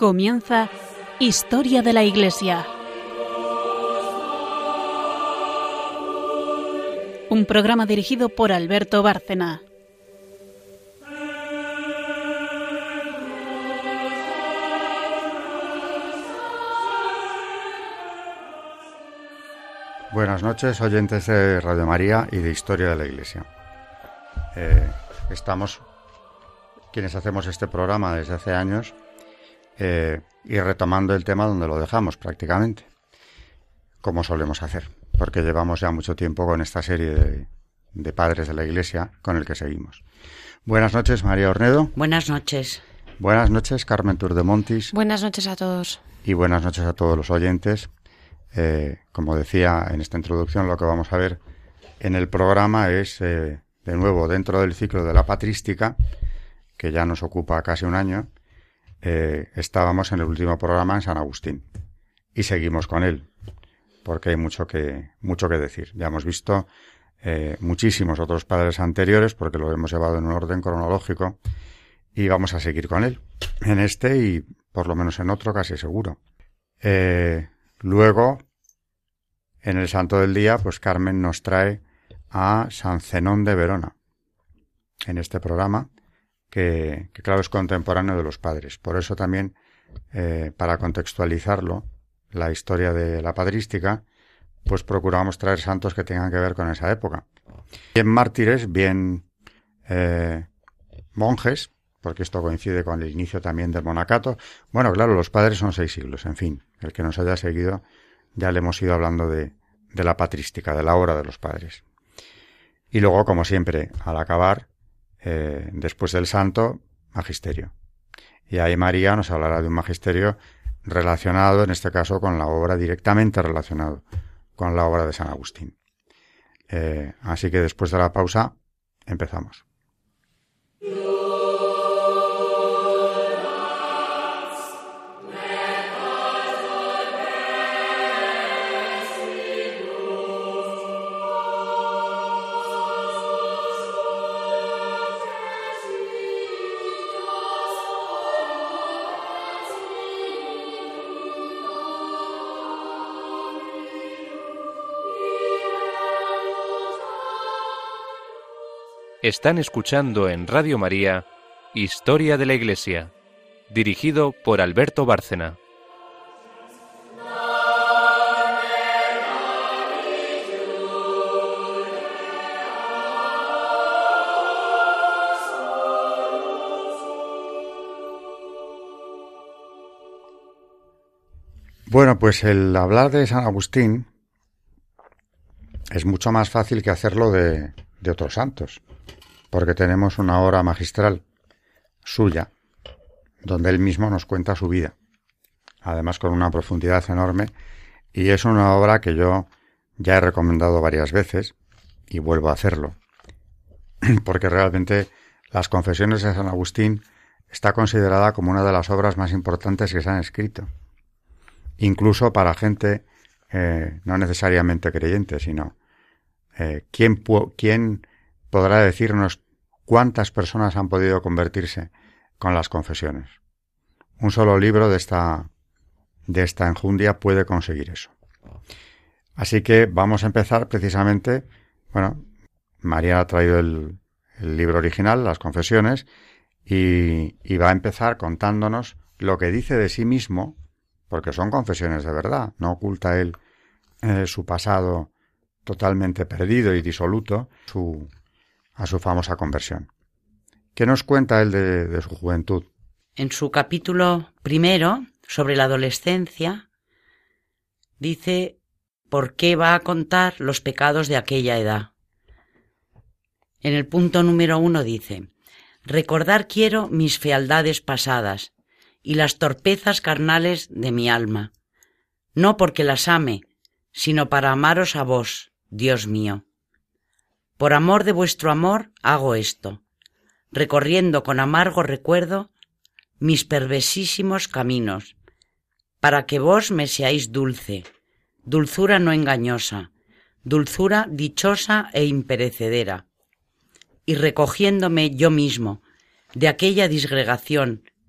Comienza Historia de la Iglesia. Un programa dirigido por Alberto Bárcena. Buenas noches, oyentes de Radio María y de Historia de la Iglesia. Estamos quienes hacemos este programa desde hace años y retomando el tema donde lo dejamos prácticamente, como solemos hacer, porque llevamos ya mucho tiempo con esta serie de padres de la Iglesia con el que seguimos. Buenas noches, María Ornedo. Buenas noches. Buenas noches, Carmen Turdemontis. Buenas noches a todos. Y buenas noches a todos los oyentes. Como decía en esta introducción, lo que vamos a ver en el programa es, de nuevo, dentro del ciclo de la patrística, que ya nos ocupa casi un año. Estábamos en el último programa en San Agustín y seguimos con él, porque hay mucho que decir. Ya hemos visto muchísimos otros padres anteriores, porque lo hemos llevado en un orden cronológico, y vamos a seguir con él, en este y por lo menos en otro casi seguro. Luego, en el Santo del Día, pues Carmen nos trae a San Zenón de Verona, en este programa, que claro, es contemporáneo de los padres. Por eso también, para contextualizarlo, la historia de la patrística, pues procuramos traer santos que tengan que ver con esa época. Bien mártires, bien monjes, porque esto coincide con el inicio también del monacato. Bueno, claro, los padres son 6 siglos, en fin. El que nos haya seguido, ya le hemos ido hablando de la patrística, de la obra de los padres. Y luego, como siempre, al acabar, después del santo, magisterio. Y ahí María nos hablará de un magisterio relacionado, en este caso, con la obra, directamente relacionado con la obra de San Agustín. Así que después de la pausa, empezamos. Están escuchando en Radio María Historia de la Iglesia, dirigido por Alberto Bárcena. Bueno, pues el hablar de San Agustín es mucho más fácil que hacerlo de otros santos, porque tenemos una obra magistral suya, donde él mismo nos cuenta su vida, además con una profundidad enorme, y es una obra que yo ya he recomendado varias veces, y vuelvo a hacerlo, porque realmente las Confesiones de San Agustín está considerada como una de las obras más importantes que se han escrito, incluso para gente no necesariamente creyente, sino ¿quién podrá decirnos cuántas personas han podido convertirse con las confesiones? Un solo libro de esta enjundia puede conseguir eso. Así que vamos a empezar precisamente, bueno, María ha traído el libro original, las confesiones, y va a empezar contándonos lo que dice de sí mismo, porque son confesiones de verdad, no oculta él su pasado totalmente perdido y disoluto a su famosa conversión. ¿Qué nos cuenta él de su juventud? En su capítulo primero, sobre la adolescencia, dice por qué va a contar los pecados de aquella edad. En el punto número 1 dice: recordar quiero mis fealdades pasadas y las torpezas carnales de mi alma, no porque las ame, sino para amaros a vos, Dios mío. Por amor de vuestro amor hago esto, recorriendo con amargo recuerdo mis perversísimos caminos, para que vos me seáis dulce, dulzura no engañosa, dulzura dichosa e imperecedera, y recogiéndome yo mismo de aquella disgregación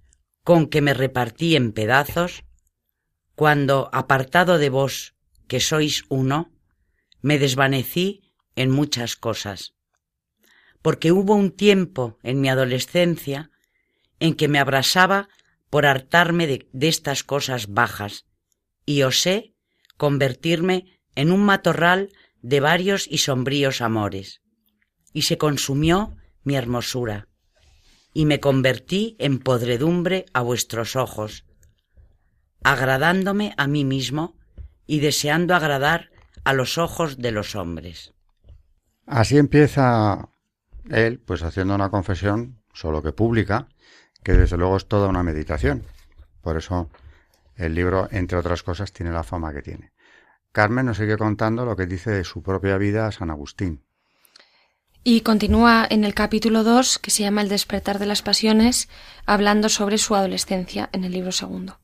con que me repartí en pedazos, cuando, apartado de vos, que sois uno, me desvanecí en muchas cosas. Porque hubo un tiempo en mi adolescencia en que me abrasaba por hartarme de estas cosas bajas, y osé convertirme en un matorral de varios y sombríos amores, y se consumió mi hermosura, y me convertí en podredumbre a vuestros ojos, agradándome a mí mismo y deseando agradar a los ojos de los hombres. Así empieza él, pues haciendo una confesión, solo que pública, que desde luego es toda una meditación. Por eso el libro, entre otras cosas, tiene la fama que tiene. Carmen nos sigue contando lo que dice de su propia vida San Agustín. Y continúa en el capítulo 2, que se llama El despertar de las pasiones, hablando sobre su adolescencia en el libro 2.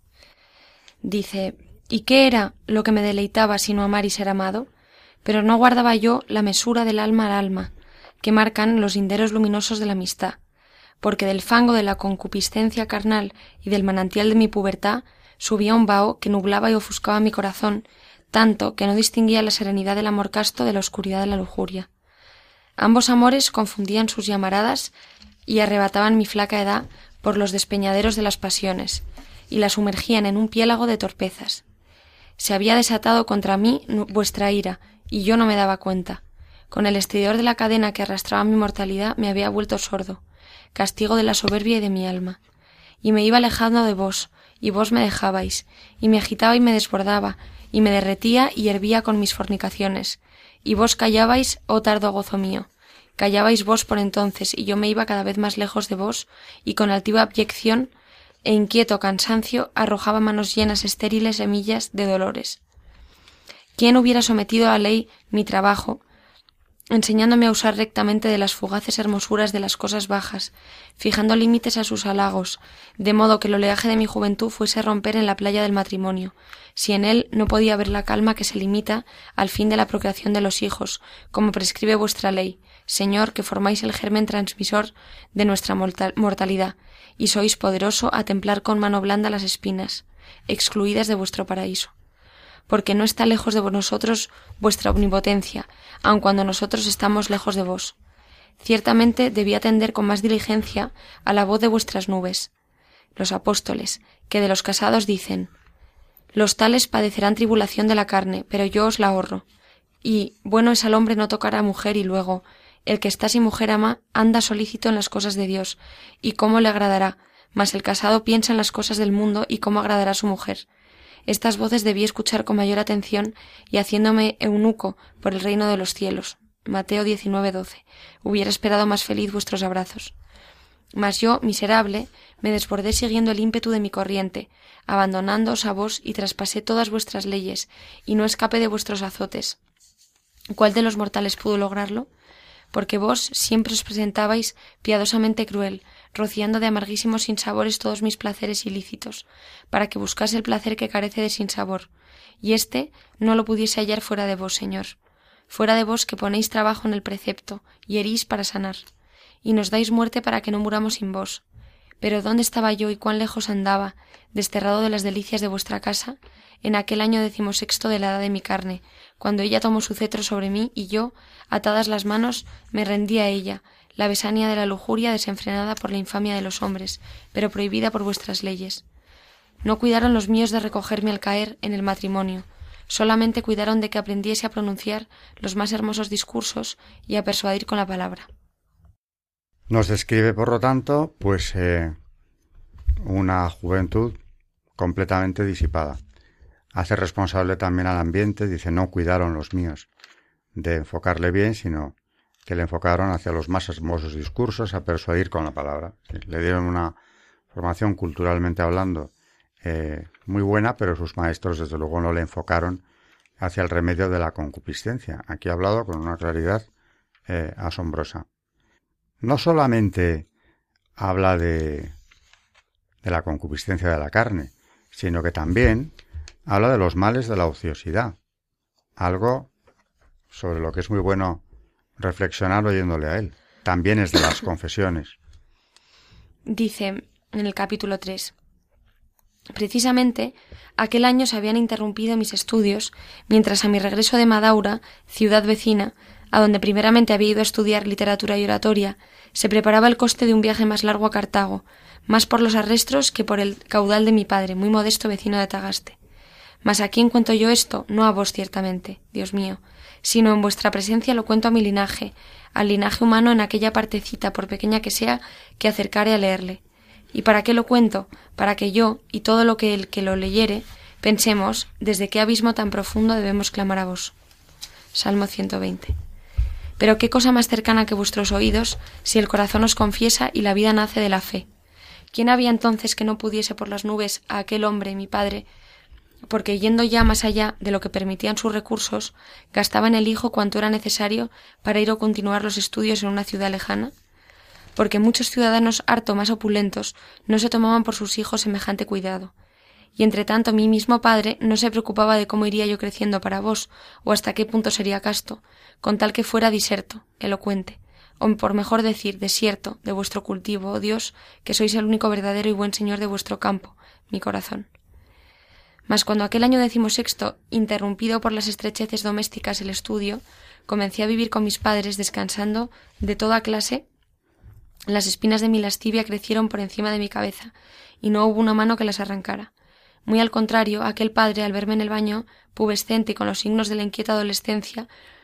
Dice: ¿y qué era lo que me deleitaba sino amar y ser amado? Pero no guardaba yo la mesura del alma al alma, que marcan los linderos luminosos de la amistad, porque del fango de la concupiscencia carnal y del manantial de mi pubertad subía un vaho que nublaba y ofuscaba mi corazón, tanto que no distinguía la serenidad del amor casto de la oscuridad de la lujuria. Ambos amores confundían sus llamaradas y arrebataban mi flaca edad por los despeñaderos de las pasiones, y la sumergían en un piélago de torpezas. Se había desatado contra mí vuestra ira, y yo no me daba cuenta. Con el estridor de la cadena que arrastraba mi mortalidad me había vuelto sordo, castigo de la soberbia y de mi alma. Y me iba alejando de vos, y vos me dejabais, y me agitaba y me desbordaba, y me derretía y hervía con mis fornicaciones. Y vos callabais, oh tardo gozo mío. Callabais vos por entonces, y yo me iba cada vez más lejos de vos, y con altiva abyección e inquieto cansancio arrojaba manos llenas estériles semillas de dolores. ¿Quién hubiera sometido a la ley mi trabajo, enseñándome a usar rectamente de las fugaces hermosuras de las cosas bajas, fijando límites a sus halagos, de modo que el oleaje de mi juventud fuese a romper en la playa del matrimonio, si en él no podía haber la calma que se limita al fin de la procreación de los hijos, como prescribe vuestra ley, Señor, que formáis el germen transmisor de nuestra mortalidad, y sois poderoso a templar con mano blanda las espinas, excluidas de vuestro paraíso. Porque no está lejos de nosotros vuestra omnipotencia, aun cuando nosotros estamos lejos de vos. Ciertamente debí atender con más diligencia a la voz de vuestras nubes. Los apóstoles, que de los casados dicen: los tales padecerán tribulación de la carne, pero yo os la ahorro. Y bueno es al hombre no tocar a mujer, y luego, el que está sin mujer ama, anda solícito en las cosas de Dios, y cómo le agradará, mas el casado piensa en las cosas del mundo y cómo agradará a su mujer. Estas voces debí escuchar con mayor atención y haciéndome eunuco por el reino de los cielos. Mateo 19:12. Hubiera esperado más feliz vuestros abrazos. Mas yo, miserable, me desbordé siguiendo el ímpetu de mi corriente, abandonándoos a vos y traspasé todas vuestras leyes, y no escapé de vuestros azotes. ¿Cuál de los mortales pudo lograrlo? Porque vos siempre os presentabais piadosamente cruel, rociando de amarguísimos sinsabores todos mis placeres ilícitos, para que buscase el placer que carece de sinsabor, y éste no lo pudiese hallar fuera de vos, Señor. Fuera de vos que ponéis trabajo en el precepto, y herís para sanar, y nos dais muerte para que no muramos sin vos. Pero ¿dónde estaba yo y cuán lejos andaba, desterrado de las delicias de vuestra casa, en aquel año 16 de la edad de mi carne, cuando ella tomó su cetro sobre mí y yo, atadas las manos, me rendí a ella, la besania de la lujuria desenfrenada por la infamia de los hombres, pero prohibida por vuestras leyes? No cuidaron los míos de recogerme al caer en el matrimonio, solamente cuidaron de que aprendiese a pronunciar los más hermosos discursos y a persuadir con la palabra. Nos describe, por lo tanto, pues una juventud completamente disipada. Hace responsable también al ambiente, dice: no cuidaron los míos de enfocarle bien, sino que le enfocaron hacia los más hermosos discursos, a persuadir con la palabra. Sí, le dieron una formación culturalmente hablando muy buena, pero sus maestros desde luego no le enfocaron hacia el remedio de la concupiscencia. Aquí ha hablado con una claridad asombrosa. No solamente habla de la concupiscencia de la carne, sino que también habla de los males de la ociosidad, algo sobre lo que es muy bueno reflexionar oyéndole a él. También es de las confesiones. Dice en el capítulo 3: Precisamente, aquel año se habían interrumpido mis estudios, mientras a mi regreso de Madaura, ciudad vecina, a donde primeramente había ido a estudiar literatura y oratoria, se preparaba el coste de un viaje más largo a Cartago, más por los arrestos que por el caudal de mi padre, muy modesto vecino de Tagaste. Mas ¿a quién cuento yo esto? No a vos ciertamente, Dios mío, sino en vuestra presencia lo cuento a mi linaje, al linaje humano en aquella partecita, por pequeña que sea, que acercare a leerle. ¿Y para qué lo cuento? Para que yo, y todo lo que el que lo leyere, pensemos desde qué abismo tan profundo debemos clamar a vos. Salmo 120. Pero qué cosa más cercana que vuestros oídos, si el corazón os confiesa y la vida nace de la fe. ¿Quién había entonces que no pudiese por las nubes a aquel hombre, mi padre, porque yendo ya más allá de lo que permitían sus recursos, gastaba en el hijo cuanto era necesario para ir a continuar los estudios en una ciudad lejana? Porque muchos ciudadanos harto más opulentos no se tomaban por sus hijos semejante cuidado. Y entre tanto mi mismo padre no se preocupaba de cómo iría yo creciendo para vos, o hasta qué punto sería casto, con tal que fuera diserto, elocuente, o por mejor decir, desierto, de vuestro cultivo, oh Dios, que sois el único verdadero y buen señor de vuestro campo, mi corazón. Mas cuando aquel año 16, interrumpido por las estrecheces domésticas el estudio, comencé a vivir con mis padres descansando de toda clase, las espinas de mi lascivia crecieron por encima de mi cabeza, y no hubo una mano que las arrancara. Muy al contrario, aquel padre, al verme en el baño, pubescente y con los signos de la inquieta adolescencia,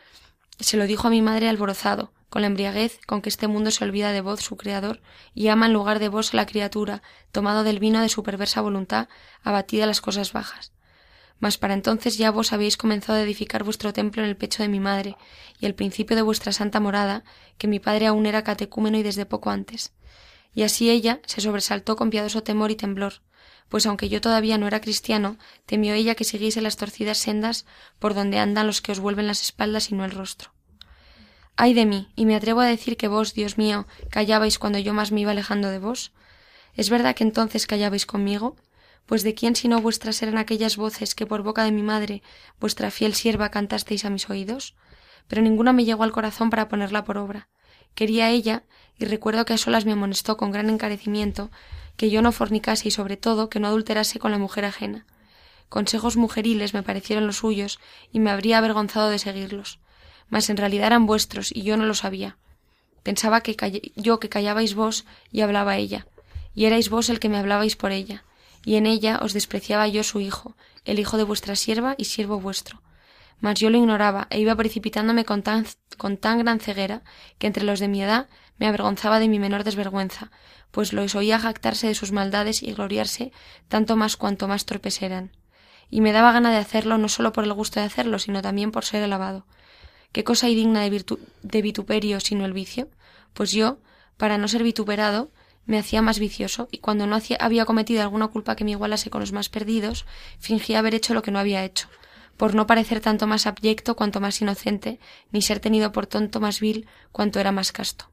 se lo dijo a mi madre alborozado, con la embriaguez con que este mundo se olvida de vos, su creador, y ama en lugar de vos a la criatura, tomado del vino de su perversa voluntad, abatida a las cosas bajas. Mas para entonces ya vos habéis comenzado a edificar vuestro templo en el pecho de mi madre, y el principio de vuestra santa morada, que mi padre aún era catecúmeno y desde poco antes. Y así ella se sobresaltó con piadoso temor y temblor, pues aunque yo todavía no era cristiano, temió ella que siguiese las torcidas sendas por donde andan los que os vuelven las espaldas y no el rostro. ¡Ay de mí! Y me atrevo a decir que vos, Dios mío, callabais cuando yo más me iba alejando de vos. ¿Es verdad que entonces callabais conmigo? Pues de quién sino vuestras eran aquellas voces que por boca de mi madre, vuestra fiel sierva, cantasteis a mis oídos. Pero ninguna me llegó al corazón para ponerla por obra. Quería ella, y recuerdo que a solas me amonestó con gran encarecimiento, que yo no fornicase y sobre todo que no adulterase con la mujer ajena. Consejos mujeriles me parecieron los suyos y me habría avergonzado de seguirlos. Mas en realidad eran vuestros y yo no lo sabía. Pensaba que callabais vos y hablaba ella, y erais vos el que me hablabais por ella, y en ella os despreciaba yo su hijo, el hijo de vuestra sierva y siervo vuestro. Mas yo lo ignoraba e iba precipitándome con tan gran ceguera que entre los de mi edad me avergonzaba de mi menor desvergüenza, pues los oía jactarse de sus maldades y gloriarse tanto más cuanto más torpes eran. Y me daba gana de hacerlo no sólo por el gusto de hacerlo, sino también por ser alabado. ¿Qué cosa hay digna de vituperio sino el vicio? Pues yo, para no ser vituperado, me hacía más vicioso, y cuando no había cometido alguna culpa que me igualase con los más perdidos, fingía haber hecho lo que no había hecho, por no parecer tanto más abyecto cuanto más inocente, ni ser tenido por tonto más vil cuanto era más casto.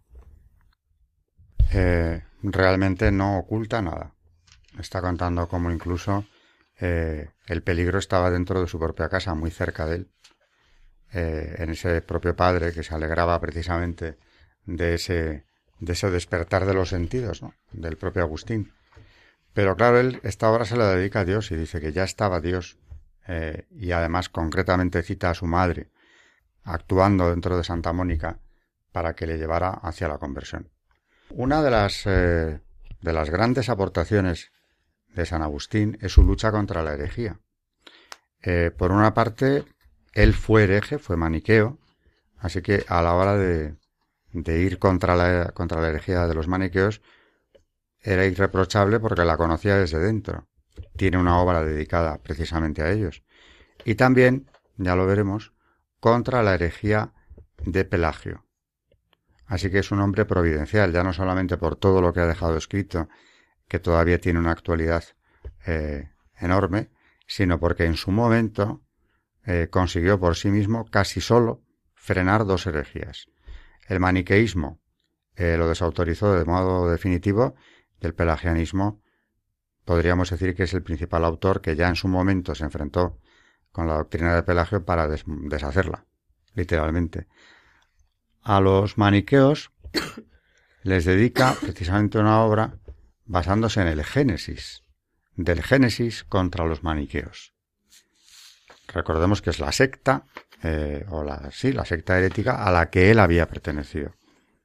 Realmente no oculta nada. Está contando cómo incluso el peligro estaba dentro de su propia casa, muy cerca de él. En ese propio padre que se alegraba precisamente de ese despertar de los sentidos, ¿no?, del propio Agustín. Pero claro, él esta obra se la dedica a Dios y dice que ya estaba Dios, y además concretamente cita a su madre actuando dentro de Santa Mónica para que le llevara hacia la conversión. Una de las grandes aportaciones de San Agustín es su lucha contra la herejía. Por una parte, él fue hereje, fue maniqueo, así que a la hora de ir contra la herejía de los maniqueos era irreprochable porque la conocía desde dentro. Tiene una obra dedicada precisamente a ellos. Y también, ya lo veremos, contra la herejía de Pelagio. Así que es un hombre providencial, ya no solamente por todo lo que ha dejado escrito, que todavía tiene una actualidad enorme, sino porque en su momento consiguió por sí mismo, casi solo, frenar dos herejías. El maniqueísmo lo desautorizó de modo definitivo, y el pelagianismo podríamos decir que es el principal autor que ya en su momento se enfrentó con la doctrina de Pelagio para deshacerla, literalmente. A los maniqueos les dedica precisamente una obra basándose en el Génesis. del Génesis contra los maniqueos. Recordemos que es la secta, la secta herética a la que él había pertenecido.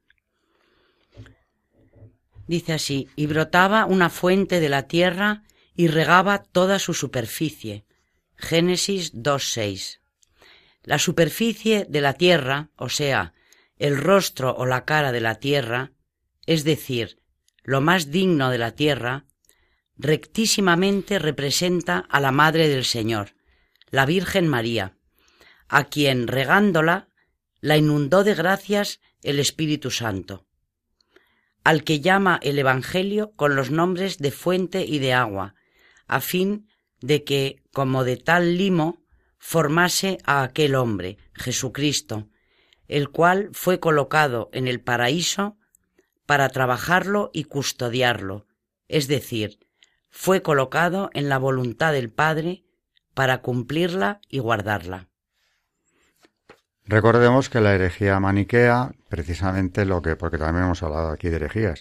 Dice así: y brotaba una fuente de la tierra y regaba toda su superficie. Génesis 2:6. La superficie de la tierra, o sea, el rostro o la cara de la tierra, es decir, lo más digno de la tierra, rectísimamente representa a la Madre del Señor, la Virgen María, a quien, regándola, la inundó de gracias el Espíritu Santo, al que llama el Evangelio con los nombres de fuente y de agua, a fin de que, como de tal limo, formase a aquel hombre, Jesucristo, el cual fue colocado en el paraíso para trabajarlo y custodiarlo, es decir, fue colocado en la voluntad del Padre para cumplirla y guardarla. Recordemos que la herejía maniquea, precisamente porque también hemos hablado aquí de herejías,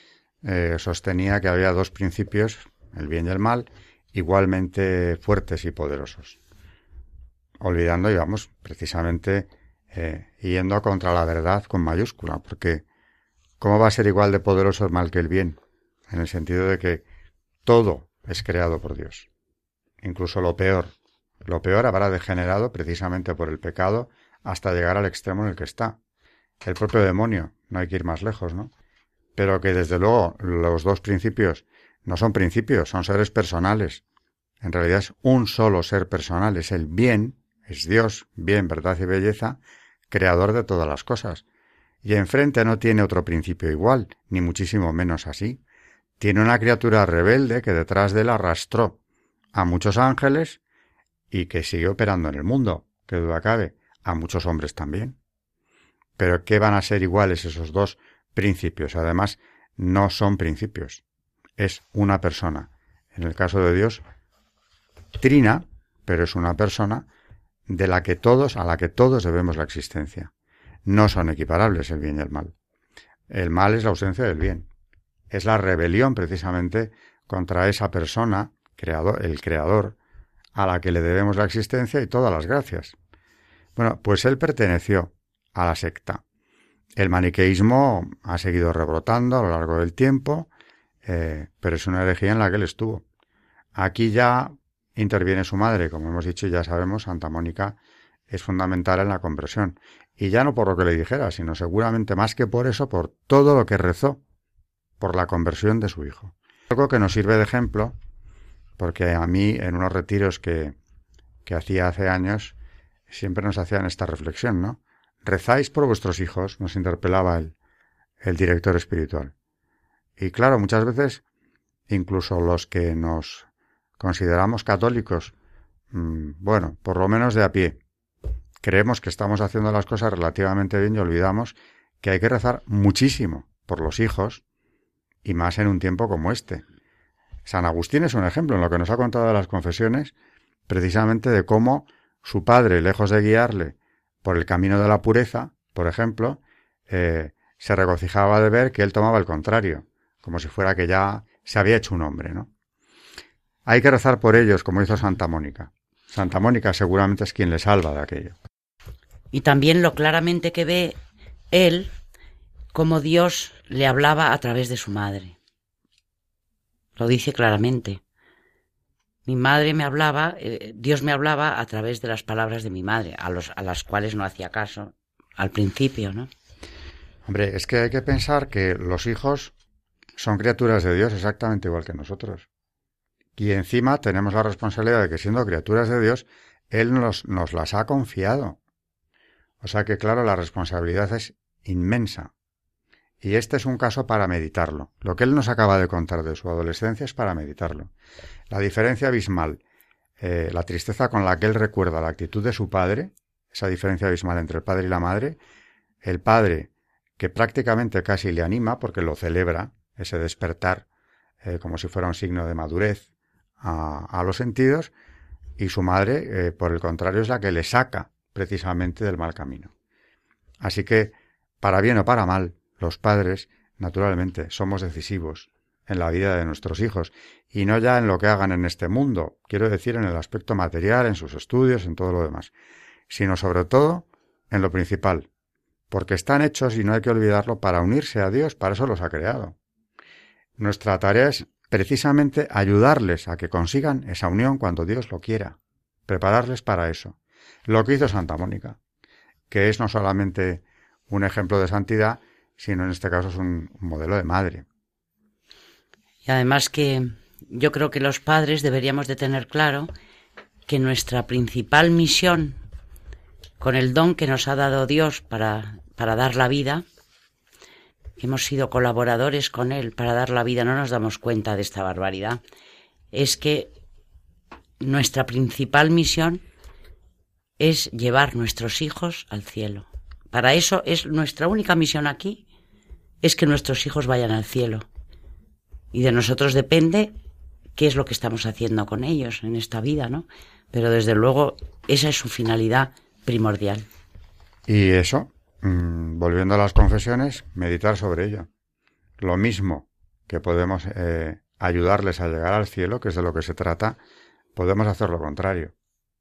sostenía que había dos principios, el bien y el mal, igualmente fuertes y poderosos. Olvidando, digamos, precisamente yendo contra la verdad con mayúscula, porque ¿cómo va a ser igual de poderoso el mal que el bien? En el sentido de que todo es creado por Dios, incluso lo peor. Lo peor habrá degenerado precisamente por el pecado hasta llegar al extremo en el que está. El propio demonio, no hay que ir más lejos, ¿no? Pero que desde luego los dos principios no son principios, son seres personales. En realidad es un solo ser personal, es el bien, es Dios, bien, verdad y belleza, creador de todas las cosas. Y enfrente no tiene otro principio igual, ni muchísimo menos así. Tiene una criatura rebelde que detrás de él arrastró a muchos ángeles y que sigue operando en el mundo, que duda cabe, a muchos hombres también. Pero ¿qué van a ser iguales esos dos principios? Además, no son principios, es una persona. En el caso de Dios, trina, pero es una persona a la que todos debemos la existencia. No son equiparables el bien y el mal. El mal es la ausencia del bien. Es la rebelión precisamente contra esa persona, el creador, a la que le debemos la existencia y todas las gracias. Bueno, pues él perteneció a la secta. El maniqueísmo ha seguido rebrotando a lo largo del tiempo, pero es una herejía en la que él estuvo. Aquí ya interviene su madre, como hemos dicho y ya sabemos, Santa Mónica es fundamental en la conversión. Y ya no por lo que le dijera, sino seguramente más que por eso, por todo lo que rezó por la conversión de su hijo. Algo que nos sirve de ejemplo, porque a mí en unos retiros que hacía hace años, siempre nos hacían esta reflexión, ¿no? Rezáis por vuestros hijos, nos interpelaba el director espiritual. Y claro, muchas veces, incluso los que nos consideramos católicos, bueno, por lo menos de a pie, creemos que estamos haciendo las cosas relativamente bien y olvidamos que hay que rezar muchísimo por los hijos y más en un tiempo como este. San Agustín es un ejemplo en lo que nos ha contado de las confesiones, precisamente de cómo su padre, lejos de guiarle por el camino de la pureza, por ejemplo, se regocijaba de ver que él tomaba el contrario, como si fuera que ya se había hecho un hombre, ¿no? Hay que rezar por ellos, como hizo Santa Mónica. Santa Mónica seguramente es quien le salva de aquello. Y también lo claramente que ve él, cómo Dios le hablaba a través de su madre. Lo dice claramente. Mi madre me hablaba, Dios me hablaba a través de las palabras de mi madre, a las cuales no hacía caso al principio, ¿no? Hombre, es que hay que pensar que los hijos son criaturas de Dios exactamente igual que nosotros. Y encima tenemos la responsabilidad de que siendo criaturas de Dios, Él nos las ha confiado. O sea que, claro, la responsabilidad es inmensa. Y este es un caso para meditarlo. Lo que él nos acaba de contar de su adolescencia es para meditarlo. La diferencia abismal, la tristeza con la que él recuerda la actitud de su padre, esa diferencia abismal entre el padre y la madre, el padre que prácticamente casi le anima porque lo celebra, ese despertar, como si fuera un signo de madurez a los sentidos, y su madre, por el contrario, es la que le saca precisamente del mal camino. Así que, para bien o para mal, los padres, naturalmente, somos decisivos en la vida de nuestros hijos, y no ya en lo que hagan en este mundo, quiero decir en el aspecto material, en sus estudios, en todo lo demás, sino sobre todo en lo principal, porque están hechos, y no hay que olvidarlo, para unirse a Dios, para eso los ha creado. Nuestra tarea es precisamente ayudarles a que consigan esa unión cuando Dios lo quiera, prepararles para eso. Lo que hizo Santa Mónica, que es no solamente un ejemplo de santidad, sino en este caso es un modelo de madre. Y además que yo creo que los padres deberíamos de tener claro que nuestra principal misión, con el don que nos ha dado Dios para dar la vida, hemos sido colaboradores con Él para dar la vida, no nos damos cuenta de esta barbaridad, es que nuestra principal misión es llevar nuestros hijos al cielo. Para eso es nuestra única misión aquí, es que nuestros hijos vayan al cielo. Y de nosotros depende qué es lo que estamos haciendo con ellos en esta vida, ¿no? Pero desde luego esa es su finalidad primordial. Y eso, volviendo a las confesiones, meditar sobre ello. Lo mismo que podemos ayudarles a llegar al cielo, que es de lo que se trata, podemos hacer lo contrario,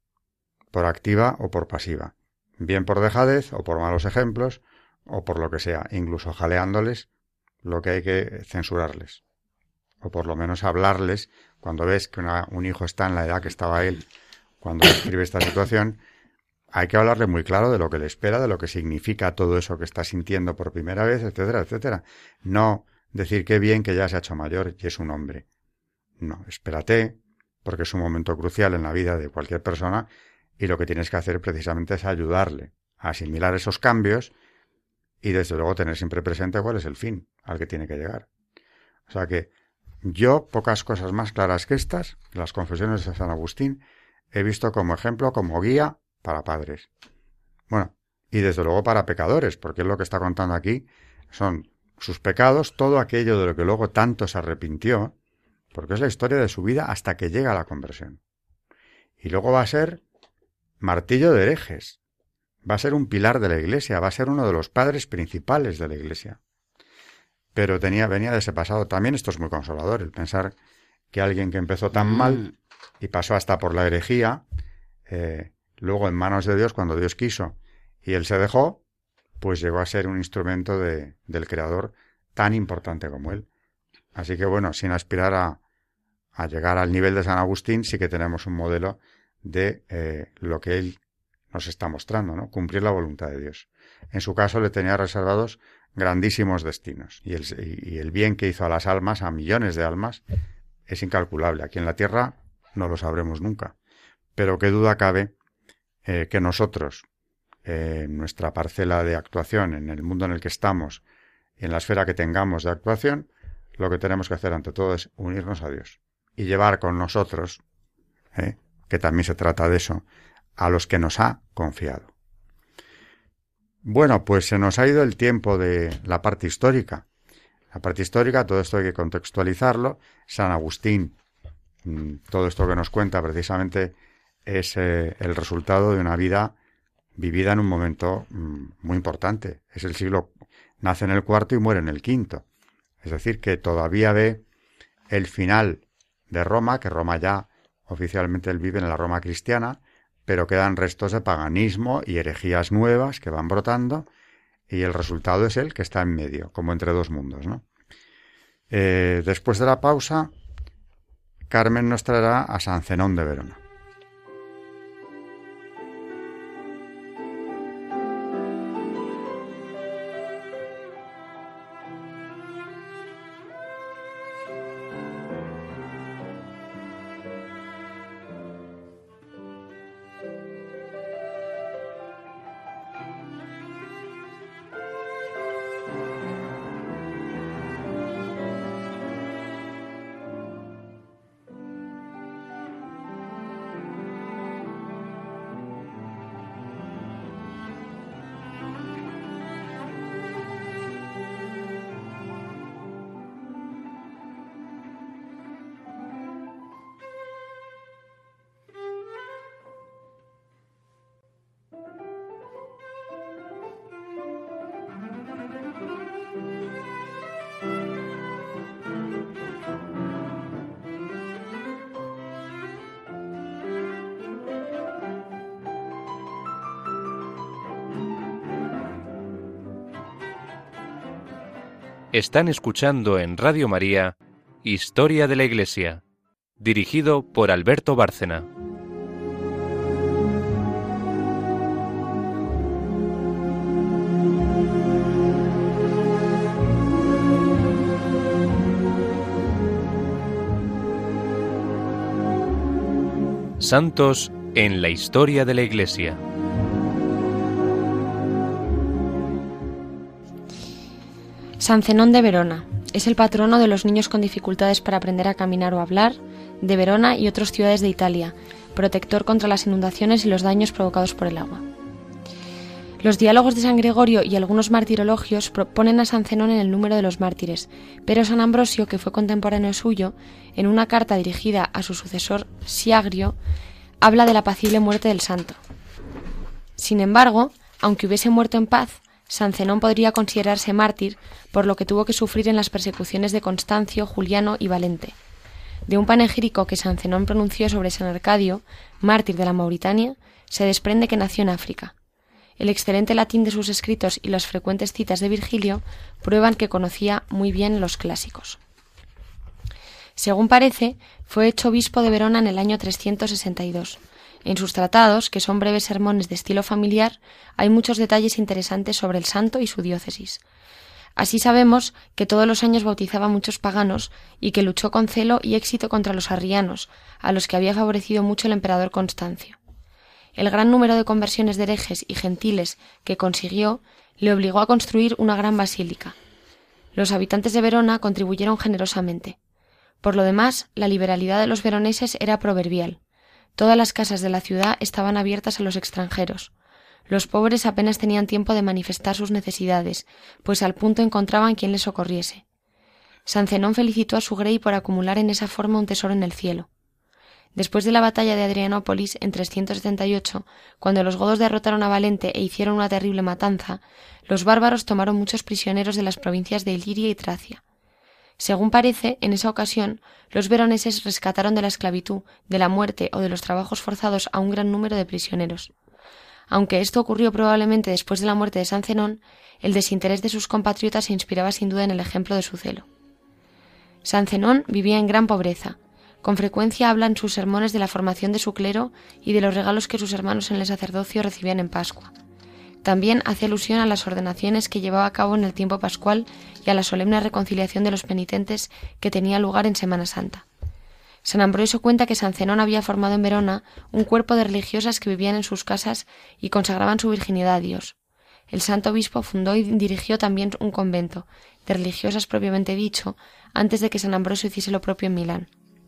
por activa o por pasiva, bien por dejadez o por malos ejemplos o por lo que sea, incluso jaleándoles lo que hay que censurarles, o por lo menos hablarles cuando ves que un hijo está en la edad que estaba él cuando describe esta situación. Hay que hablarle muy claro de lo que le espera, de lo que significa todo eso que está sintiendo por primera vez, etcétera, etcétera. No decir qué bien que ya se ha hecho mayor y es un hombre. No, espérate, porque es un momento crucial en la vida de cualquier persona y lo que tienes que hacer precisamente es ayudarle a asimilar esos cambios y desde luego tener siempre presente cuál es el fin al que tiene que llegar. O sea que yo, pocas cosas más claras que estas, las confesiones de San Agustín, he visto como ejemplo, como guía para padres. Bueno, y desde luego para pecadores, porque es lo que está contando aquí, son sus pecados, todo aquello de lo que luego tanto se arrepintió, porque es la historia de su vida hasta que llega a la conversión. Y luego va a ser martillo de herejes, va a ser un pilar de la Iglesia, va a ser uno de los padres principales de la Iglesia. Pero venía de ese pasado. También esto es muy consolador, el pensar que alguien que empezó tan mal y pasó hasta por la herejía, luego en manos de Dios, cuando Dios quiso y él se dejó, pues llegó a ser un instrumento del Creador tan importante como él. Así que bueno, sin aspirar a llegar al nivel de San Agustín, sí que tenemos un modelo de lo que él nos está mostrando, ¿no? Cumplir la voluntad de Dios. En su caso le tenía reservados grandísimos destinos y el bien que hizo a las almas, a millones de almas, es incalculable. Aquí en la tierra no lo sabremos nunca. Pero qué duda cabe que nosotros, en nuestra parcela de actuación, en el mundo en el que estamos y en la esfera que tengamos de actuación, lo que tenemos que hacer ante todo es unirnos a Dios y llevar con nosotros, que también se trata de eso, a los que nos ha confiado. Bueno, pues se nos ha ido el tiempo de la parte histórica. La parte histórica, todo esto hay que contextualizarlo. San Agustín, todo esto que nos cuenta precisamente es el resultado de una vida vivida en un momento muy importante. Es el siglo, nace en el IV y muere en el V. Es decir, que todavía ve el final de Roma, que Roma ya oficialmente él vive en la Roma cristiana, pero quedan restos de paganismo y herejías nuevas que van brotando y el resultado es él que está en medio, como entre dos mundos, ¿no? Después de la pausa, Carmen nos traerá a San Zenón de Verona. Están escuchando en Radio María Historia de la Iglesia, dirigido por Alberto Bárcena. Santos en la historia de la Iglesia. San Zenón de Verona es el patrono de los niños con dificultades para aprender a caminar o hablar, de Verona y otras ciudades de Italia, protector contra las inundaciones y los daños provocados por el agua. Los diálogos de San Gregorio y algunos martirologios ponen a San Zenón en el número de los mártires, pero San Ambrosio, que fue contemporáneo suyo, en una carta dirigida a su sucesor Siagrio, habla de la apacible muerte del santo. Sin embargo, aunque hubiese muerto en paz, San Zenón podría considerarse mártir por lo que tuvo que sufrir en las persecuciones de Constancio, Juliano y Valente. De un panegírico que San Zenón pronunció sobre San Arcadio, mártir de la Mauritania, se desprende que nació en África. El excelente latín de sus escritos y las frecuentes citas de Virgilio prueban que conocía muy bien los clásicos. Según parece, fue hecho obispo de Verona en el año 362. En sus tratados, que son breves sermones de estilo familiar, hay muchos detalles interesantes sobre el santo y su diócesis. Así sabemos que todos los años bautizaba a muchos paganos y que luchó con celo y éxito contra los arrianos, a los que había favorecido mucho el emperador Constancio. El gran número de conversiones de herejes y gentiles que consiguió le obligó a construir una gran basílica. Los habitantes de Verona contribuyeron generosamente. Por lo demás, la liberalidad de los veroneses era proverbial. Todas las casas de la ciudad estaban abiertas a los extranjeros. Los pobres apenas tenían tiempo de manifestar sus necesidades, pues al punto encontraban quien les socorriese. San Zenón felicitó a su grey por acumular en esa forma un tesoro en el cielo. Después de la batalla de Adrianópolis en 378, cuando los godos derrotaron a Valente e hicieron una terrible matanza, los bárbaros tomaron muchos prisioneros de las provincias de Iliria y Tracia. Según parece, en esa ocasión, los veroneses rescataron de la esclavitud, de la muerte o de los trabajos forzados a un gran número de prisioneros. Aunque esto ocurrió probablemente después de la muerte de San Zenón, el desinterés de sus compatriotas se inspiraba sin duda en el ejemplo de su celo. San Zenón vivía en gran pobreza. Con frecuencia habla en sus sermones de la formación de su clero y de los regalos que sus hermanos en el sacerdocio recibían en Pascua. También hace alusión a las ordenaciones que llevaba a cabo en el tiempo pascual y a la solemne reconciliación de los penitentes que tenía lugar en Semana Santa. San Ambrosio cuenta que San Zenón había formado en Verona un cuerpo de religiosas que vivían en sus casas y consagraban su virginidad a Dios. El santo obispo fundó y dirigió también un convento, de religiosas propiamente dicho, antes de que San Ambrosio hiciese lo propio en Milán.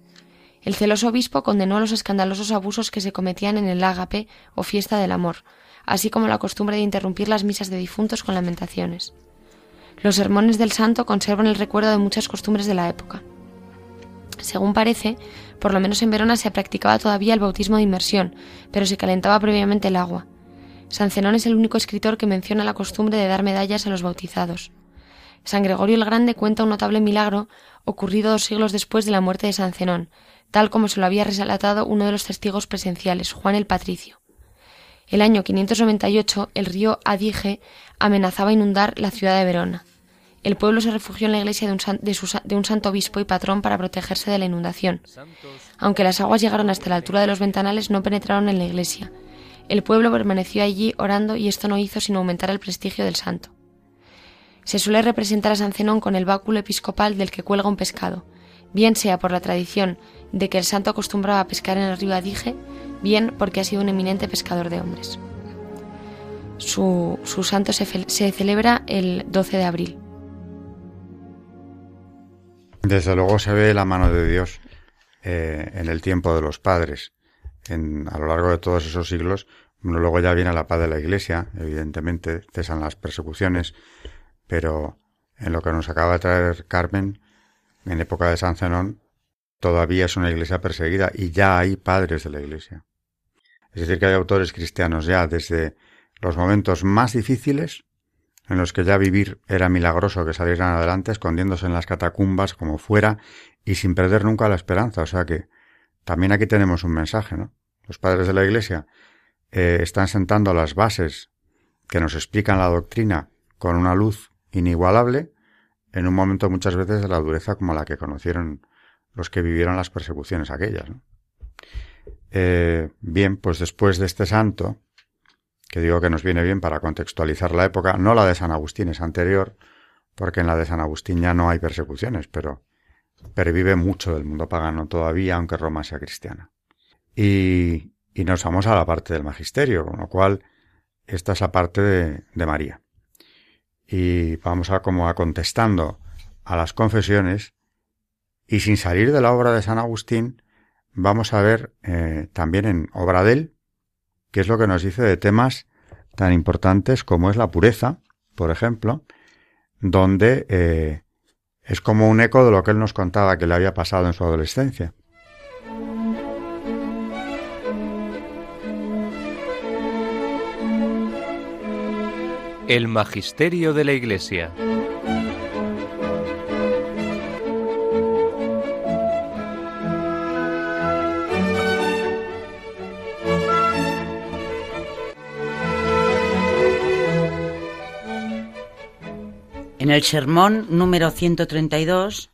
El celoso obispo condenó los escandalosos abusos que se cometían en el ágape o fiesta del amor, así como la costumbre de interrumpir las misas de difuntos con lamentaciones. Los sermones del santo conservan el recuerdo de muchas costumbres de la época. Según parece, por lo menos en Verona se practicaba todavía el bautismo de inmersión, pero se calentaba previamente el agua. San Zenón es el único escritor que menciona la costumbre de dar medallas a los bautizados. San Gregorio el Grande cuenta un notable milagro ocurrido 2 siglos después de la muerte de San Zenón, tal como se lo había relatado uno de los testigos presenciales, Juan el Patricio. El año 598, el río Adige amenazaba inundar la ciudad de Verona. El pueblo se refugió en la iglesia de un santo obispo y patrón para protegerse de la inundación. Aunque las aguas llegaron hasta la altura de los ventanales, no penetraron en la iglesia. El pueblo permaneció allí orando y esto no hizo sino aumentar el prestigio del santo. Se suele representar a San Zenón con el báculo episcopal del que cuelga un pescado, bien sea por la tradición de que el santo acostumbraba a pescar en el río Adige, bien porque ha sido un eminente pescador de hombres. Su santo se celebra el 12 de abril. Desde luego se ve la mano de Dios en el tiempo de los padres. A lo largo de todos esos siglos, luego ya viene la paz de la Iglesia, evidentemente cesan las persecuciones, pero en lo que nos acaba de traer Carmen, en época de San Zenón, todavía es una iglesia perseguida y ya hay padres de la Iglesia. Es decir, que hay autores cristianos ya desde los momentos más difíciles, en los que ya vivir era milagroso que salieran adelante, escondiéndose en las catacumbas como fuera y sin perder nunca la esperanza. O sea que también aquí tenemos un mensaje, ¿no? Los padres de la Iglesia están sentando las bases que nos explican la doctrina con una luz inigualable, en un momento muchas veces de la dureza como la que conocieron los que vivieron las persecuciones aquellas, ¿no? Bien, pues después de este santo, que digo que nos viene bien para contextualizar la época, no la de San Agustín, es anterior, porque en la de San Agustín ya no hay persecuciones, pero pervive mucho del mundo pagano todavía, aunque Roma sea cristiana. Y nos vamos a la parte del magisterio, con lo cual esta es la parte de María. Y vamos a contestando a las confesiones, y sin salir de la obra de San Agustín, vamos a ver también en obra de él qué es lo que nos dice de temas tan importantes como es la pureza, por ejemplo, donde es como un eco de lo que él nos contaba que le había pasado en su adolescencia. El Magisterio de la Iglesia. En el sermón número 132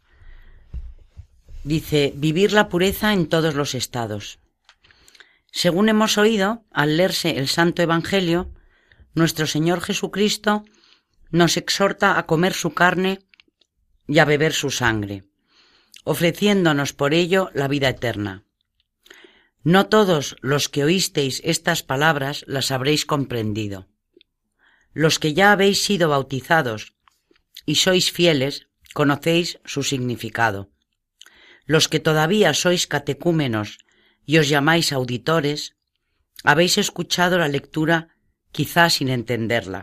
dice: vivir la pureza en todos los estados. Según hemos oído, al leerse el Santo Evangelio, nuestro Señor Jesucristo nos exhorta a comer su carne y a beber su sangre, ofreciéndonos por ello la vida eterna. No todos los que oísteis estas palabras las habréis comprendido. Los que ya habéis sido bautizados y sois fieles, conocéis su significado. Los que todavía sois catecúmenos y os llamáis auditores, habéis escuchado la lectura quizás sin entenderla.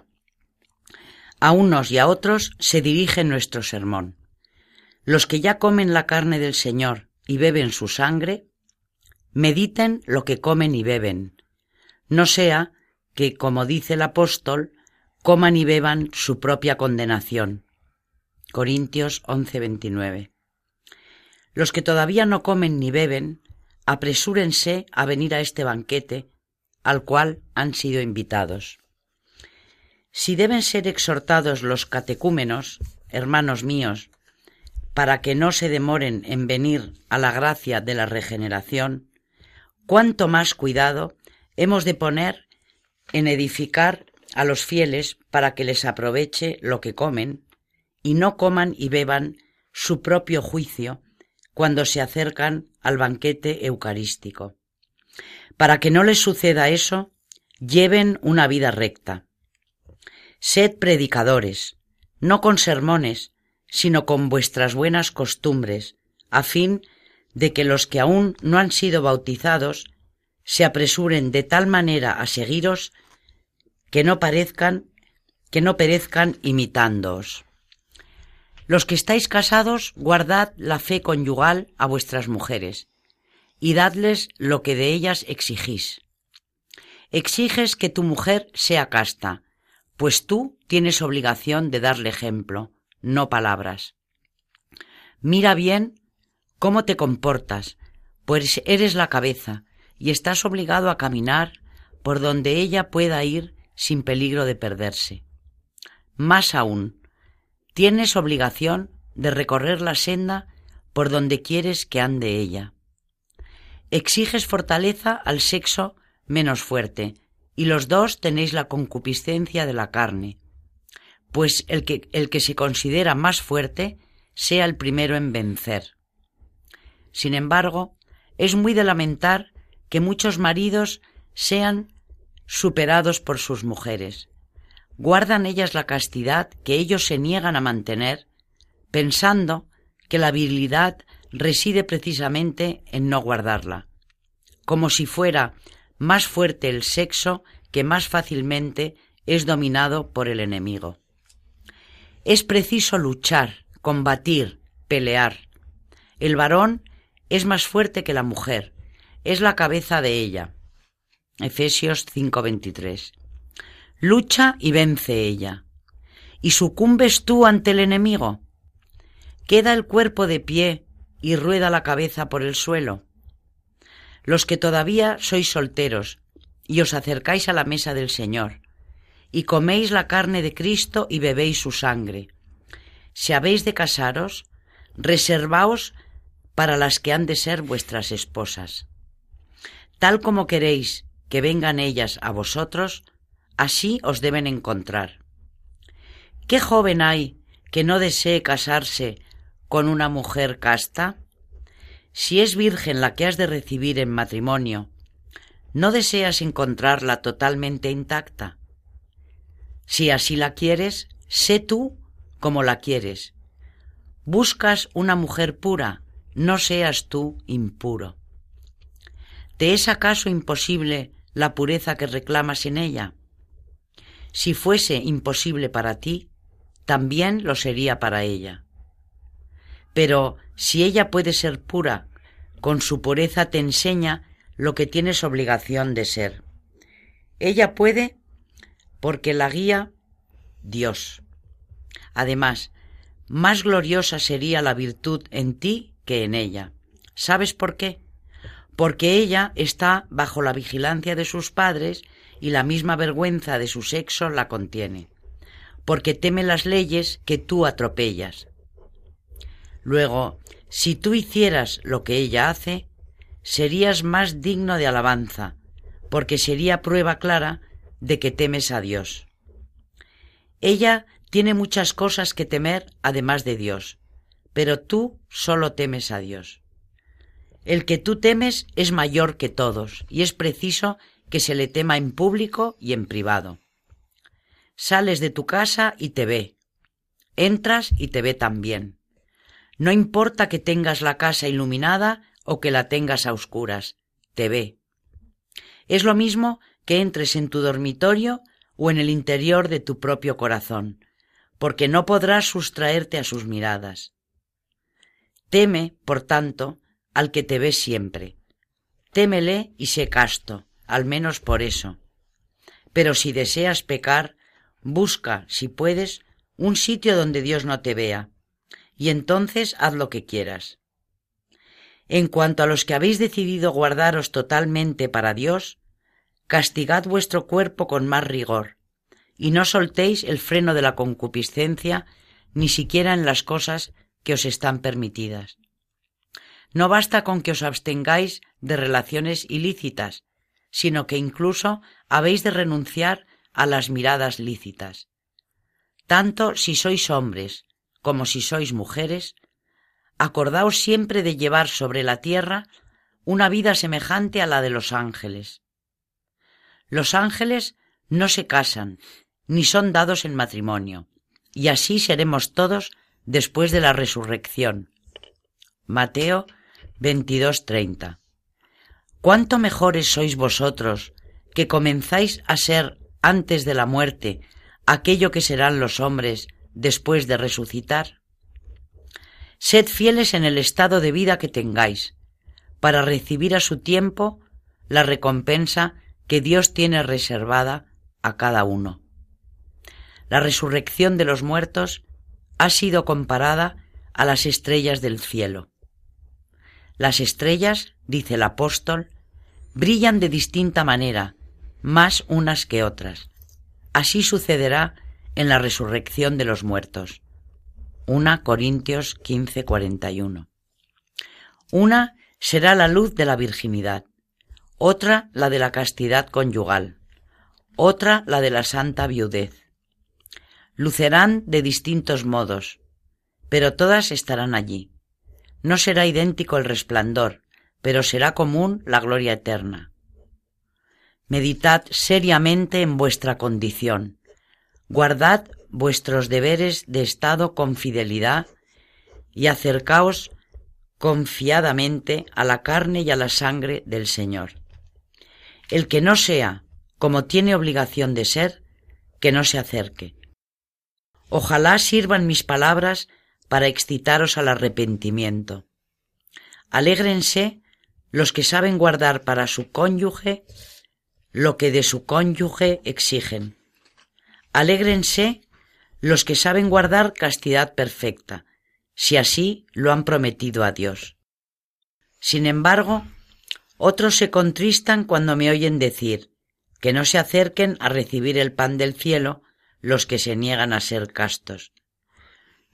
A unos y a otros se dirige nuestro sermón. Los que ya comen la carne del Señor y beben su sangre, mediten lo que comen y beben, no sea que, como dice el apóstol, coman y beban su propia condenación. Corintios 11:29. Los que todavía no comen ni beben, apresúrense a venir a este banquete al cual han sido invitados. Si deben ser exhortados los catecúmenos, hermanos míos, para que no se demoren en venir a la gracia de la regeneración, cuánto más cuidado hemos de poner en edificar a los fieles para que les aproveche lo que comen y no coman y beban su propio juicio cuando se acercan al banquete eucarístico. Para que no les suceda eso, lleven una vida recta. Sed predicadores, no con sermones, sino con vuestras buenas costumbres, a fin de que los que aún no han sido bautizados se apresuren de tal manera a seguiros que no perezcan imitándoos. Los que estáis casados, guardad la fe conyugal a vuestras mujeres, y dadles lo que de ellas exigís. Exiges que tu mujer sea casta, pues tú tienes obligación de darle ejemplo, no palabras. Mira bien cómo te comportas, pues eres la cabeza y estás obligado a caminar por donde ella pueda ir sin peligro de perderse. Más aún, tienes obligación de recorrer la senda por donde quieres que ande ella. Exiges fortaleza al sexo menos fuerte, y los dos tenéis la concupiscencia de la carne, pues el que se considera más fuerte sea el primero en vencer. Sin embargo, es muy de lamentar que muchos maridos sean superados por sus mujeres. Guardan ellas la castidad que ellos se niegan a mantener, pensando que la virilidad reside precisamente en no guardarla, como si fuera más fuerte el sexo que más fácilmente es dominado por el enemigo. Es preciso luchar, combatir, pelear. El varón es más fuerte que la mujer, es la cabeza de ella. Efesios 5:23. Lucha y vence ella. ¿Y sucumbes tú ante el enemigo? ¿Queda el cuerpo de pie y rueda la cabeza por el suelo? Los que todavía sois solteros y os acercáis a la mesa del Señor, y coméis la carne de Cristo y bebéis su sangre, si habéis de casaros, reservaos para las que han de ser vuestras esposas. Tal como queréis que vengan ellas a vosotros, así os deben encontrar. ¿Qué joven hay que no desee casarse con una mujer casta? Si es virgen la que has de recibir en matrimonio, ¿no deseas encontrarla totalmente intacta? Si así la quieres, sé tú como la quieres. Buscas una mujer pura, no seas tú impuro. ¿Te es acaso imposible la pureza que reclamas en ella? Si fuese imposible para ti, también lo sería para ella. Pero si ella puede ser pura, con su pureza te enseña lo que tienes obligación de ser. Ella puede porque la guía Dios. Además, más gloriosa sería la virtud en ti que en ella. ¿Sabes por qué? Porque ella está bajo la vigilancia de sus padres y la misma vergüenza de su sexo la contiene, porque teme las leyes que tú atropellas. Luego, si tú hicieras lo que ella hace, serías más digno de alabanza, porque sería prueba clara de que temes a Dios. Ella tiene muchas cosas que temer además de Dios, pero tú solo temes a Dios. El que tú temes es mayor que todos, y es preciso que se le tema en público y en privado. Sales de tu casa y te ve, entras y te ve también. No importa que tengas la casa iluminada o que la tengas a oscuras, te ve. Es lo mismo que entres en tu dormitorio o en el interior de tu propio corazón, porque no podrás sustraerte a sus miradas. Teme, por tanto, al que te ve siempre. Témele y sé casto, al menos por eso. Pero si deseas pecar, busca, si puedes, un sitio donde Dios no te vea, y entonces haz lo que quieras. En cuanto a los que habéis decidido guardaros totalmente para Dios, castigad vuestro cuerpo con más rigor, y no soltéis el freno de la concupiscencia ni siquiera en las cosas que os están permitidas. No basta con que os abstengáis de relaciones ilícitas, sino que incluso habéis de renunciar a las miradas lícitas. Tanto si sois hombres como si sois mujeres, acordaos siempre de llevar sobre la tierra una vida semejante a la de los ángeles. Los ángeles no se casan, ni son dados en matrimonio, y así seremos todos después de la resurrección. Mateo 22:30. ¿Cuánto mejores sois vosotros, que comenzáis a ser antes de la muerte aquello que serán los hombres después de resucitar? Sed fieles en el estado de vida que tengáis, para recibir a su tiempo la recompensa que Dios tiene reservada a cada uno. La resurrección de los muertos ha sido comparada a las estrellas del cielo. Las estrellas, dice el apóstol, brillan de distinta manera, más unas que otras. Así sucederá en la resurrección de los muertos. 1 Corintios 15:41. Una será la luz de la virginidad, otra la de la castidad conyugal, otra la de la santa viudez. Lucerán de distintos modos, pero todas estarán allí. No será idéntico el resplandor, pero será común la gloria eterna. Meditad seriamente en vuestra condición. Guardad vuestros deberes de estado con fidelidad y acercaos confiadamente a la carne y a la sangre del Señor. El que no sea como tiene obligación de ser, que no se acerque. Ojalá sirvan mis palabras para excitaros al arrepentimiento. Alégrense los que saben guardar para su cónyuge lo que de su cónyuge exigen. Alégrense los que saben guardar castidad perfecta, si así lo han prometido a Dios. Sin embargo, otros se contristan cuando me oyen decir que no se acerquen a recibir el pan del cielo los que se niegan a ser castos.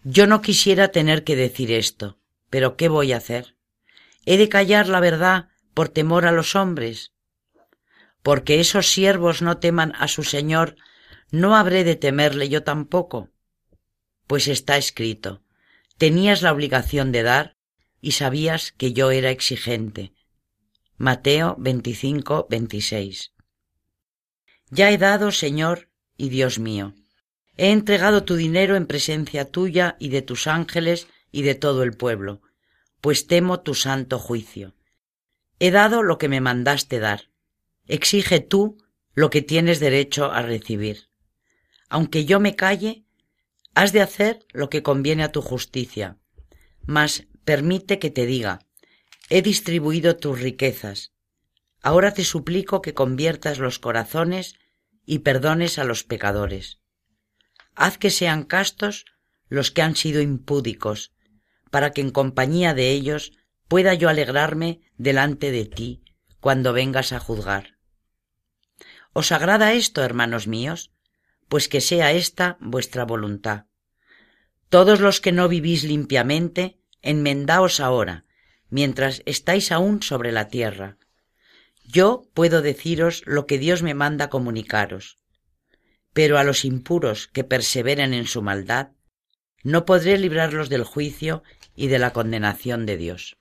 Yo no quisiera tener que decir esto, pero ¿qué voy a hacer? ¿He de callar la verdad por temor a los hombres? Porque esos siervos no teman a su señor, ¿no habré de temerle yo tampoco? Pues está escrito, tenías la obligación de dar y sabías que yo era exigente. Mateo 25, 26. Ya he dado, Señor y Dios mío. He entregado tu dinero en presencia tuya y de tus ángeles y de todo el pueblo, pues temo tu santo juicio. He dado lo que me mandaste dar. Exige tú lo que tienes derecho a recibir. Aunque yo me calle, has de hacer lo que conviene a tu justicia. Mas permite que te diga, he distribuido tus riquezas. Ahora te suplico que conviertas los corazones y perdones a los pecadores. Haz que sean castos los que han sido impúdicos, para que en compañía de ellos pueda yo alegrarme delante de ti cuando vengas a juzgar. ¿Os agrada esto, hermanos míos? Pues que sea esta vuestra voluntad. Todos los que no vivís limpiamente, enmendaos ahora, mientras estáis aún sobre la tierra. Yo puedo deciros lo que Dios me manda comunicaros. Pero a los impuros que perseveren en su maldad, no podré librarlos del juicio y de la condenación de Dios.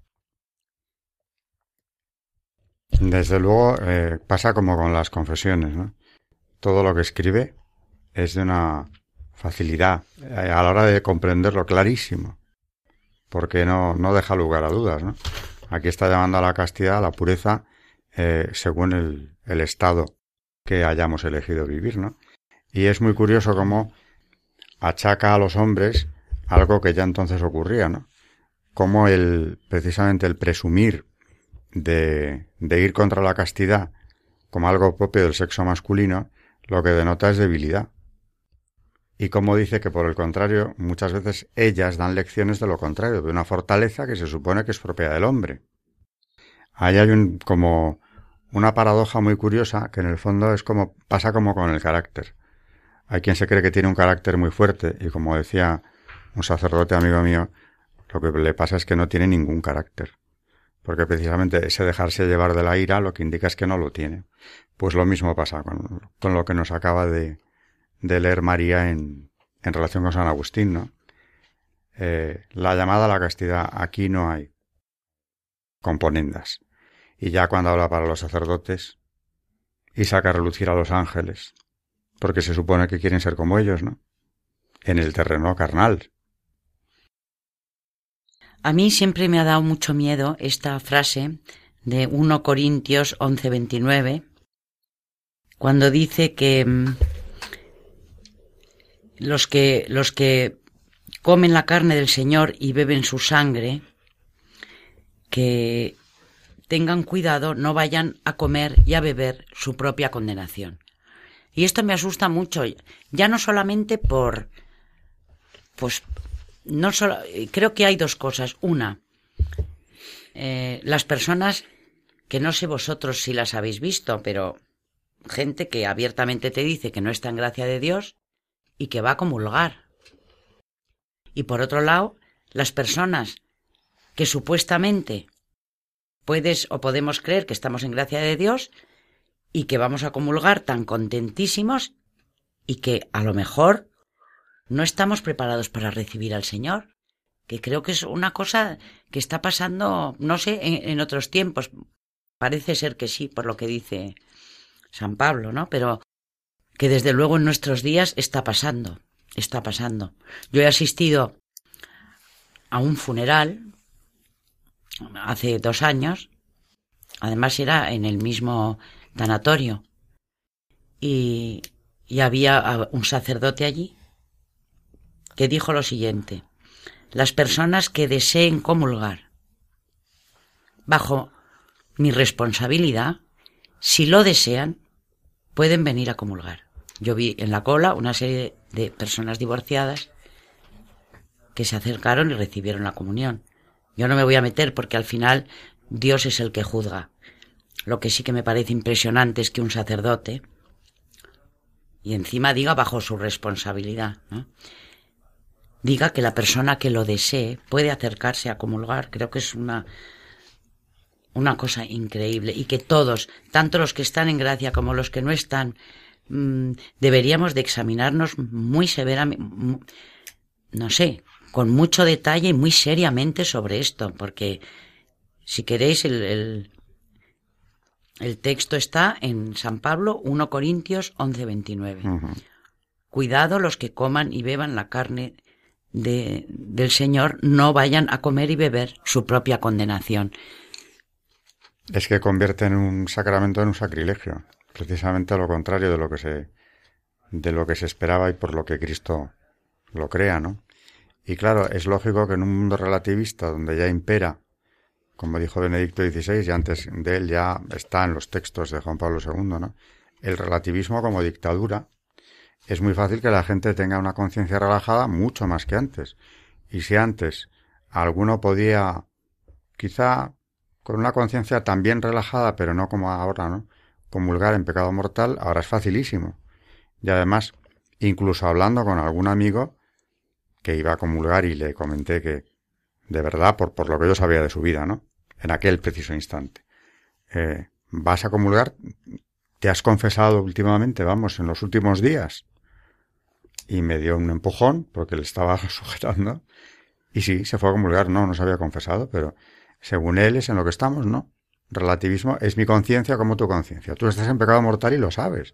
Desde luego pasa como con las confesiones, ¿no? Todo lo que escribe es de una facilidad a la hora de comprenderlo clarísimo, porque no deja lugar a dudas, ¿no? Aquí está llamando a la castidad, a la pureza, según el estado que hayamos elegido vivir, ¿no? Y es muy curioso cómo achaca a los hombres algo que ya entonces ocurría, ¿no? Cómo precisamente el presumir de ir contra la castidad como algo propio del sexo masculino, lo que denota es debilidad. Y como dice que por el contrario, muchas veces ellas dan lecciones de lo contrario, de una fortaleza que se supone que es propia del hombre. Ahí hay como una paradoja muy curiosa que en el fondo pasa como con el carácter. Hay quien se cree que tiene un carácter muy fuerte y, como decía un sacerdote amigo mío, lo que le pasa es que no tiene ningún carácter. Porque precisamente ese dejarse llevar de la ira lo que indica es que no lo tiene. Pues lo mismo pasa con lo que nos acaba de leer María en relación con San Agustín, ¿no? La llamada a la castidad, aquí no hay componendas. Y ya cuando habla para los sacerdotes y saca a relucir a los ángeles, porque se supone que quieren ser como ellos, ¿no? En el terreno carnal. A mí siempre me ha dado mucho miedo esta frase de 1 Corintios 11:29, cuando dice que los que comen la carne del Señor y beben su sangre, que tengan cuidado, no vayan a comer y a beber su propia condenación. Y esto me asusta mucho, ya no solamente creo que hay dos cosas. Una, las personas que no sé vosotros si las habéis visto, pero gente que abiertamente te dice que no está en gracia de Dios y que va a comulgar. Y por otro lado, las personas que supuestamente podemos creer que estamos en gracia de Dios y que vamos a comulgar tan contentísimos y que a lo mejor no estamos preparados para recibir al Señor, que creo que es una cosa que está pasando, no sé, en otros tiempos. Parece ser que sí, por lo que dice San Pablo, ¿no? Pero que desde luego en nuestros días está pasando. Yo he asistido a un funeral hace 2 años, además era en el mismo tanatorio, y había un sacerdote allí que dijo lo siguiente: las personas que deseen comulgar bajo mi responsabilidad, si lo desean, pueden venir a comulgar. Yo vi en la cola una serie de personas divorciadas que se acercaron y recibieron la comunión. Yo no me voy a meter porque al final Dios es el que juzga. Lo que sí que me parece impresionante es que un sacerdote, y encima diga bajo su responsabilidad, ¿no?, diga que la persona que lo desee puede acercarse a comulgar. Creo que es una cosa increíble, y que todos, tanto los que están en gracia como los que no están, deberíamos de examinarnos muy severamente, no sé, con mucho detalle y muy seriamente sobre esto, porque si queréis el texto está en San Pablo, 1 Corintios 11:29. Ujú. Cuidado los que coman y beban la carne del Señor, no vayan a comer y beber su propia condenación. Es que convierten un sacramento en un sacrilegio, precisamente lo contrario de lo que se esperaba y por lo que Cristo lo crea, ¿no? Y claro, es lógico que en un mundo relativista donde ya impera, como dijo Benedicto XVI, y antes de él ya está en los textos de Juan Pablo II, ¿no?, el relativismo como dictadura, es muy fácil que la gente tenga una conciencia relajada mucho más que antes. Y si antes alguno podía, quizá con una conciencia también relajada, pero no como ahora, ¿no?, comulgar en pecado mortal, ahora es facilísimo. Y además, incluso hablando con algún amigo que iba a comulgar y le comenté que, de verdad, por lo que yo sabía de su vida, ¿no?, en aquel preciso instante, ¿vas a comulgar? ¿Te has confesado últimamente, vamos, en los últimos días? Y me dio un empujón, porque le estaba sujetando, y sí, se fue a comulgar. No se había confesado, pero según él es en lo que estamos, ¿no? Relativismo es mi conciencia como tu conciencia. Tú estás en pecado mortal y lo sabes.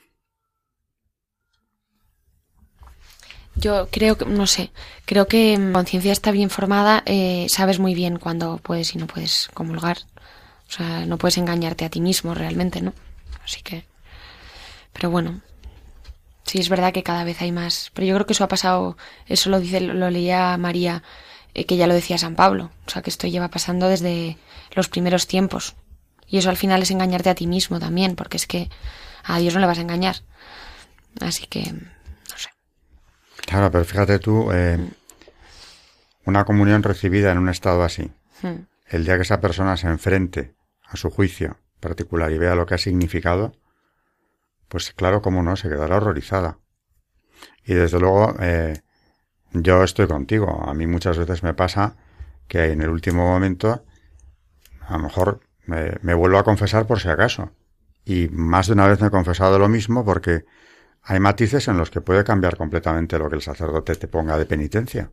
Yo creo que, no sé, creo que la conciencia está bien formada, sabes muy bien cuándo puedes y no puedes comulgar. O sea, no puedes engañarte a ti mismo realmente, ¿no? Así que, pero bueno, sí es verdad que cada vez hay más. Pero yo creo que eso ha pasado, eso lo leía María, que ya lo decía San Pablo. O sea, que esto lleva pasando desde los primeros tiempos. Y eso al final es engañarte a ti mismo también, porque es que a Dios no le vas a engañar. Así que, no sé. Claro, pero fíjate tú, una comunión recibida en un estado así, el día que esa persona se enfrente a su juicio particular y vea lo que ha significado, pues claro, cómo no, se quedará horrorizada. Y desde luego, yo estoy contigo. A mí muchas veces me pasa que en el último momento, a lo mejor me vuelvo a confesar por si acaso. Y más de una vez me he confesado lo mismo, porque hay matices en los que puede cambiar completamente lo que el sacerdote te ponga de penitencia.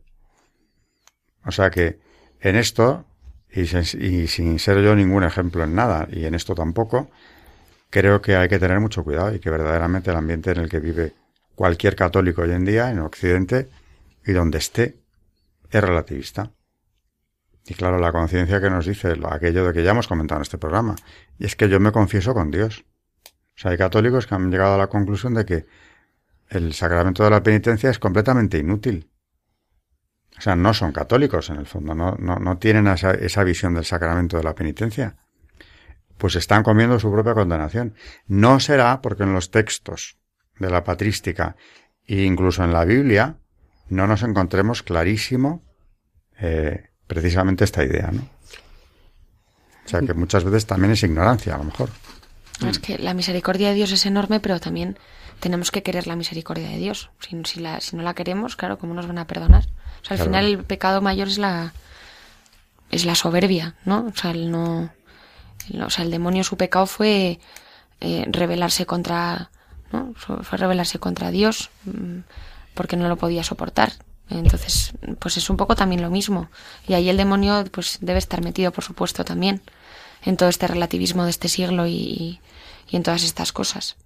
O sea que en esto, y sin ser yo ningún ejemplo en nada, y en esto tampoco, creo que hay que tener mucho cuidado, y que verdaderamente el ambiente en el que vive cualquier católico hoy en día, en Occidente, y donde esté, es relativista. Y claro, la conciencia que nos dice aquello de que ya hemos comentado en este programa, y es que yo me confieso con Dios. O sea, hay católicos que han llegado a la conclusión de que el sacramento de la penitencia es completamente inútil. O sea, no son católicos en el fondo, no tienen esa visión del sacramento de la penitencia. Pues están comiendo su propia condenación. No será porque en los textos de la patrística e incluso en la Biblia no nos encontremos clarísimo precisamente esta idea, ¿no? O sea, que muchas veces también es ignorancia, a lo mejor. Es que la misericordia de Dios es enorme, pero también tenemos que querer la misericordia de Dios. Si no la queremos, claro, ¿cómo nos van a perdonar? O sea, al final el pecado mayor es la soberbia, ¿no? O sea, el demonio, su pecado fue rebelarse contra, ¿no? Fue rebelarse contra Dios porque no lo podía soportar. Entonces, pues es un poco también lo mismo. Y ahí el demonio pues debe estar metido, por supuesto, también en todo este relativismo de este siglo y en todas estas cosas.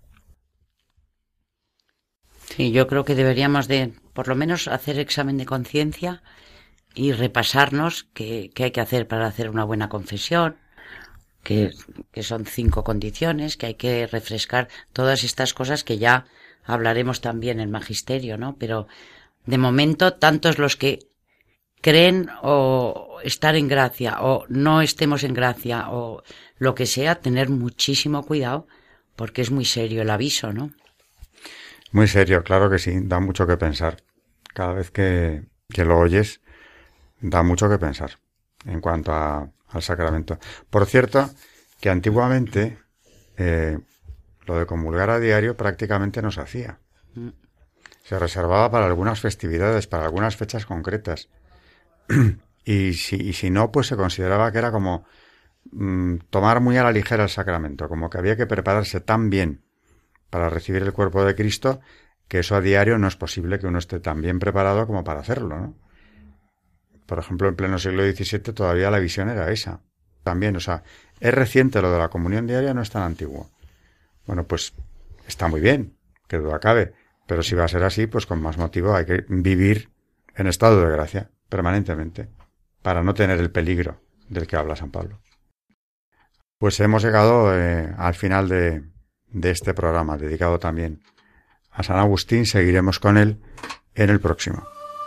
Sí, yo creo que deberíamos de, por lo menos, hacer examen de conciencia y repasarnos qué hay que hacer para hacer una buena confesión, que son 5 condiciones, que hay que refrescar todas estas cosas que ya hablaremos también en Magisterio, ¿no? Pero de momento, tantos los que creen o estar en gracia o no estemos en gracia o lo que sea, tener muchísimo cuidado porque es muy serio el aviso, ¿no? Muy serio, claro que sí, da mucho que pensar. Cada vez que lo oyes, da mucho que pensar en cuanto al sacramento. Por cierto, que antiguamente lo de comulgar a diario prácticamente no se hacía. Se reservaba para algunas festividades, para algunas fechas concretas. Y si no, pues se consideraba que era como tomar muy a la ligera el sacramento, como que había que prepararse tan bien para recibir el cuerpo de Cristo, que eso a diario no es posible que uno esté tan bien preparado como para hacerlo, ¿no? Por ejemplo, en pleno siglo XVII todavía la visión era esa. También, o sea, es reciente lo de la comunión diaria, no es tan antiguo. Bueno, pues está muy bien, que duda cabe, pero si va a ser así, pues con más motivo hay que vivir en estado de gracia permanentemente, para no tener el peligro del que habla San Pablo. Pues hemos llegado al final de este programa, dedicado también a San Agustín. Seguiremos con él en el próximo.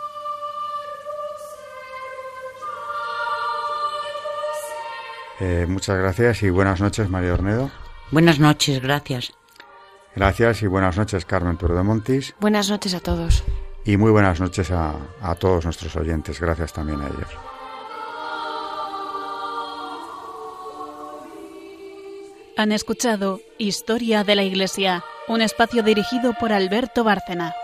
Muchas gracias y buenas noches, María Ornedo. Buenas noches, gracias. Gracias y buenas noches, Carmen Turdemontis. Buenas noches a todos. Y muy buenas noches a todos nuestros oyentes. Gracias también a ellos. Han escuchado Historia de la Iglesia, un espacio dirigido por Alberto Bárcena.